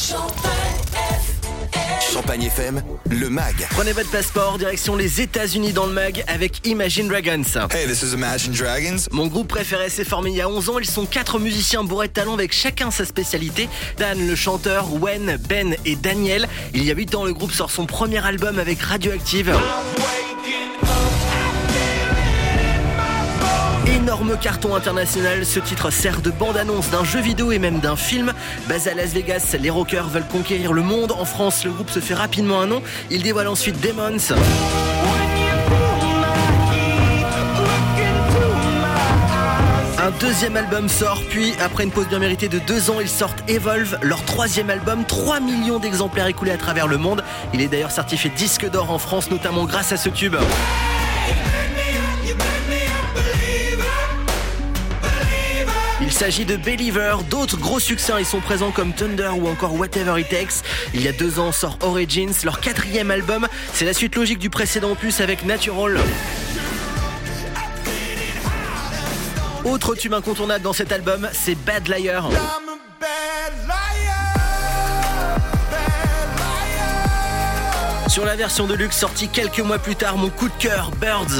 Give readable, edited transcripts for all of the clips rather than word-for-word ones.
Champagne FM, le MAG. Prenez votre passeport, direction les États-Unis dans le MAG avec Imagine Dragons. Hey, this is Imagine Dragons. Mon groupe préféré s'est formé il y a 11 ans. Ils sont 4 musiciens bourrés de talent avec chacun sa spécialité. Dan, le chanteur, Wen, Ben et Daniel. Il y a 8 ans, le groupe sort son premier album avec Radioactive. Énorme carton international, ce titre sert de bande-annonce d'un jeu vidéo et même d'un film. Basé à Las Vegas, les rockers veulent conquérir le monde. En France, le groupe se fait rapidement un nom. Il dévoile ensuite Demons. Un deuxième album sort, puis après une pause bien méritée de 2 ans, ils sortent Evolve, leur 3e album, 3 millions d'exemplaires écoulés à travers le monde. Il est d'ailleurs certifié disque d'or en France, notamment grâce à ce tube. Il s'agit de Believer, d'autres gros succès ils sont présents comme Thunder ou encore Whatever It Takes. Il y a 2 ans sort Origins, leur 4e album, c'est la suite logique du précédent opus avec Natural. Autre tube incontournable dans cet album, c'est Bad Liar. Sur la version de luxe sortie quelques mois plus tard, mon coup de cœur, Birds.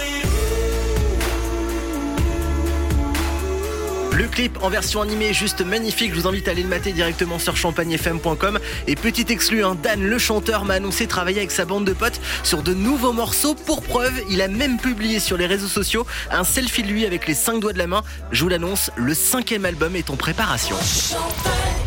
Le clip en version animée est juste magnifique, je vous invite à aller le mater directement sur champagnefm.com. Et petit exclu, Dan, le chanteur, m'a annoncé travailler avec sa bande de potes sur de nouveaux morceaux. Pour preuve, il a même publié sur les réseaux sociaux un selfie de lui avec les 5 doigts de la main. Je vous l'annonce, le 5e album est en préparation. Champagne.